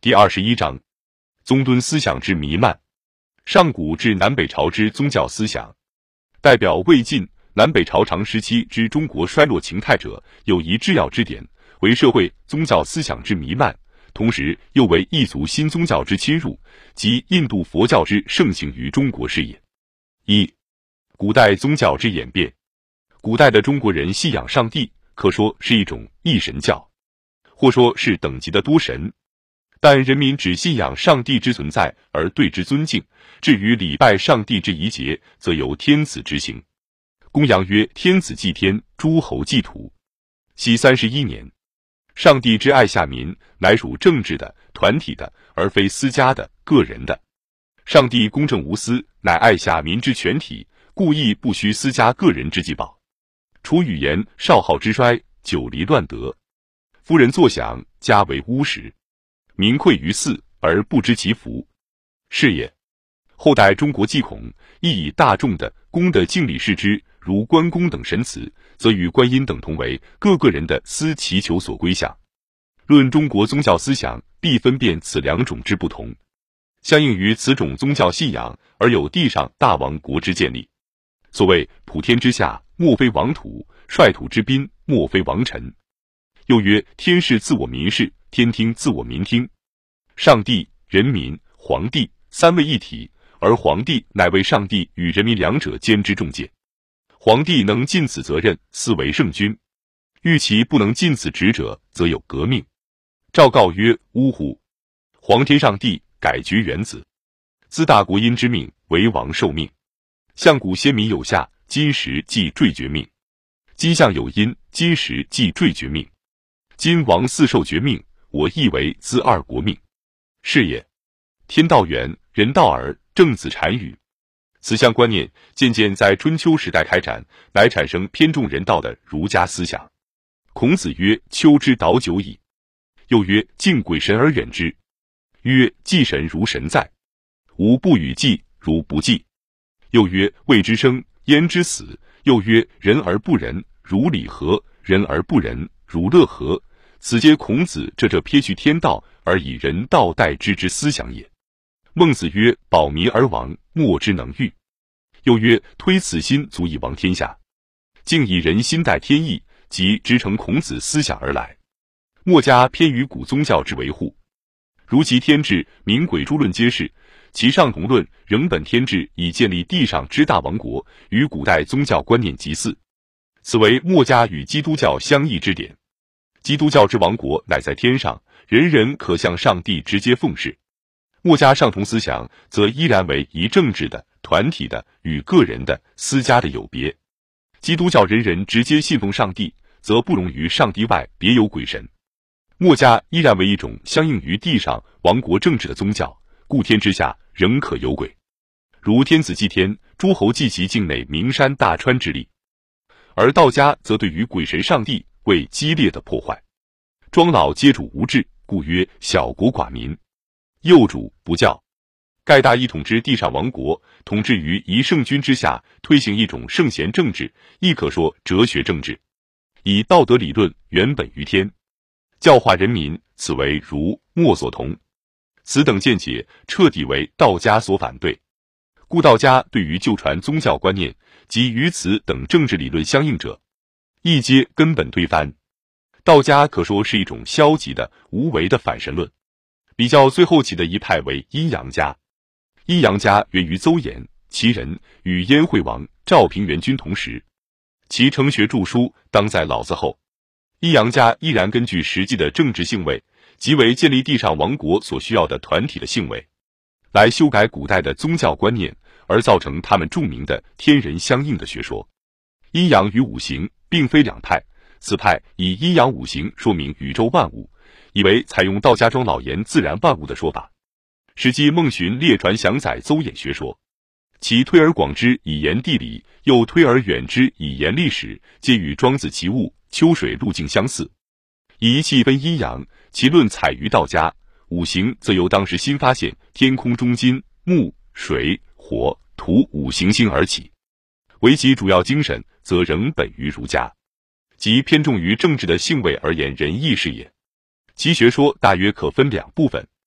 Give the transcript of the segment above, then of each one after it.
第21章，宗敦思想之弥漫。上古至南北朝之宗教思想，代表魏晋南北朝长时期之中国衰落形态者，有一制要之点，为社会宗教思想之弥漫，同时又为异族新宗教之侵入，即印度佛教之盛行于中国是也。一、古代宗教之演变。古代的中国人信仰上帝，可说是一种一神教，或说是等级的多神。但人民只信仰上帝之存在而对之尊敬，至于礼拜上帝之仪节，则由天子执行。公羊曰：天子祭天，诸侯祭土。西31年，上帝之爱下民，乃属政治的、团体的，而非私家的、个人的。上帝公正无私，乃爱下民之全体，故意不需私家个人之祭宝。除语言少好之衰，久离乱德。夫人坐享，家为巫食。民愧于祀而不知其福，是也。后代中国祭孔，亦以大众的、公的敬礼视之，如关公等神祠，则与观音等同为各个人的私祈求所归向。论中国宗教思想，必分辨此两种之不同。相应于此种宗教信仰，而有地上大王国之建立。所谓普天之下，莫非王土；率土之滨，莫非王臣。又曰：天视自我民视，天听自我民听。上帝、人民、皇帝三位一体，而皇帝乃为上帝与人民两者间之中介。皇帝能尽此责任，斯为圣君；欲其不能尽此职者，则有革命。诏告曰：呜呼！皇天上帝改绝元子，兹大国因之命，为王受命。相古先民有下，今时即坠绝命；今相有阴，今时即坠绝命。今王四受绝命，我亦为兹二国命。是也。天道远，人道耳，正子单于。此项观念渐渐在春秋时代开展，乃产生偏重人道的儒家思想。孔子曰：秋之蹈久矣。又曰：敬鬼神而远之。曰：祭神如神在，吾不与祭，如不祭。又曰：未之生，焉之死？又曰：人而不仁，如礼何；人而不仁，如乐何？此皆孔子这撇去天道而以人道代之之思想也。孟子曰：保民而亡，莫之能御。又曰：推此心足以亡天下。竟以人心代天意，即直承孔子思想而来。墨家偏于古宗教之维护，如其天志、明鬼诸论皆是。其上同论仍本天志以建立地上之大王国，与古代宗教观念极似，此为墨家与基督教相异之点。基督教之王国乃在天上，人人可向上帝直接奉事。墨家上同思想则依然为以政治的、团体的与个人的、私家的有别。基督教人人直接信奉上帝，则不容于上帝外别有鬼神。墨家依然为一种相应于地上王国政治的宗教，故天之下仍可有鬼，如天子祭天，诸侯祭其境内名山大川之力。而道家则对于鬼神上帝为激烈的破坏。庄老皆主无治，故曰小国寡民。幼主不教。盖大一统之地上王国，统治于一圣君之下，推行一种圣贤政治，亦可说哲学政治，以道德理论原本于天，教化人民，此为儒墨所同。此等见解彻底为道家所反对，故道家对于旧传宗教观念及与此等政治理论相应者，亦皆根本推翻。道家可说是一种消极的、无为的反神论。比较最后起的一派为阴阳家。阴阳家源于邹衍，其人与燕惠王、赵平原君同时，其成学著书当在老子后。阴阳家依然根据实际的政治性位，即为建立地上王国所需要的团体的性位，来修改古代的宗教观念，而造成他们著名的天人相应的学说。阴阳与五行并非两派，此派以阴阳五行说明宇宙万物，以为采用道家庄老言自然万物的说法。史记孟荀列传详载邹衍学说，其推而广之以言地理，又推而远之以言历史，皆与庄子其物、秋水路径相似。以气分阴阳，其论采于道家；五行则由当时新发现天空中金、木、水、火、土五行星而起，为其主要精神，则仍本于儒家，即偏重于政治的性位而言仁义是也。其学说大约可分两部分，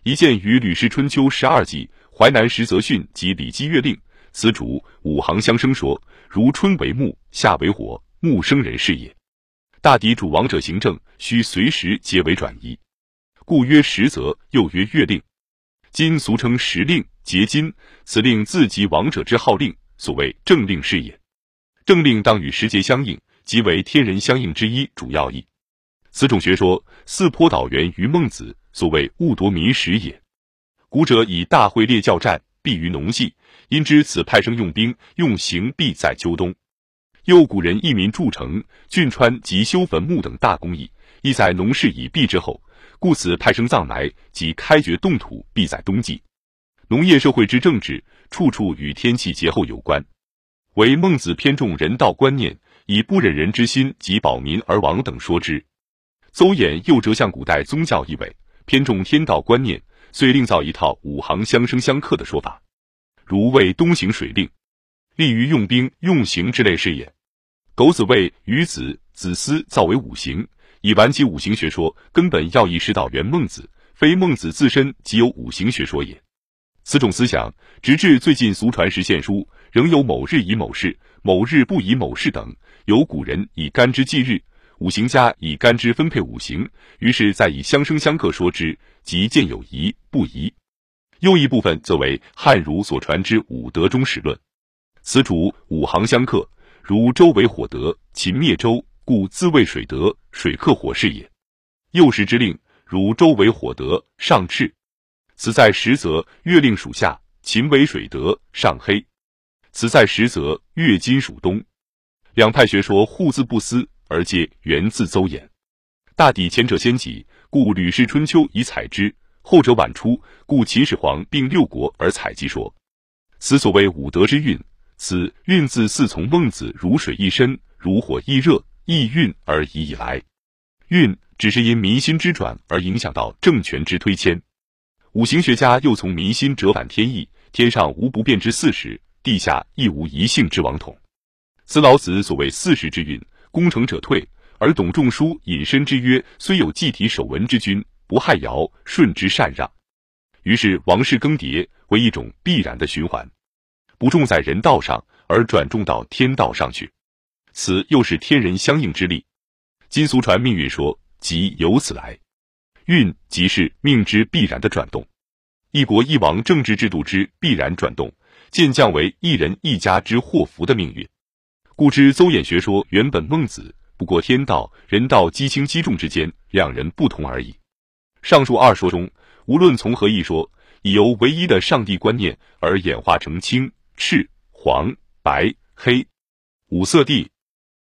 一见于《吕氏春秋》12纪、淮南石泽训及《礼记乐令》，此主五行相生说，如春为木，夏为火，木生人是也。大抵主王者行政，须随时皆为转移，故曰石泽，又曰乐令。今俗称时令、节今，此令自即王者之号令，所谓政令是也。政令当与时节相应，即为天人相应之一主要义。此种学说，四颇导源于孟子，所谓误夺民时也。古者以大会列教战，必于农季，因知此派生用兵用刑必在秋冬。又古人义民筑城、浚川及修坟墓等大工艺，亦在农事已毕之后，故此派生葬埋及开掘冻土必在冬季。农业社会之政治，处处与天气节候有关。唯孟子偏重人道观念，以不忍人之心及保民而亡等说之。邹衍又折向古代宗教意味，偏重天道观念，遂另造一套五行相生相克的说法，如为东行水令，利于用兵用刑之类是也。苟子谓于子、子思造为五行，以完其五行学说根本要义师导原孟子，非孟子自身即有五行学说也。此种思想直至最近俗传实现书，仍有某日以某事，某日不以某事等，有古人以干支纪日，五行家以干支分配五行，于是再以相生相克说之，即见有宜不宜。又一部分则为汉儒所传之五德中始论，此主五行相克，如周为火德，秦灭周，故自谓水德，水克火是也。幼时之令，如周为火德，上赤，此在实则月令属下，秦为水德，上黑，此在实则月金属东。两派学说互自不思，而皆源自邹衍。大抵前者先己，故《吕氏春秋》以采之；后者晚出，故秦始皇并六国而采集说。此所谓五德之运，此运自似从孟子如水一身，如火一热，易运而已以来。运只是因民心之转而影响到政权之推迁。五行学家又从民心折返天意，天上无不变之四时，地下亦无一性之王统。此老子所谓四时之运，功成者退，而董仲舒引申之曰，虽有祭体守文之君，不害尧，舜之禅让。于是王室更迭为一种必然的循环，不重在人道上，而转重到天道上去。此又是天人相应之力。今俗传命运说，即由此来。运即是命之必然的转动，一国一王政治制度之必然转动，渐降为一人一家之祸福的命运。故知邹衍学说原本孟子，不过天道、人道积轻积重之间两人不同而已。上述二说中，无论从何一说，已由唯一的上帝观念而演化成青、赤、黄、白、黑五色地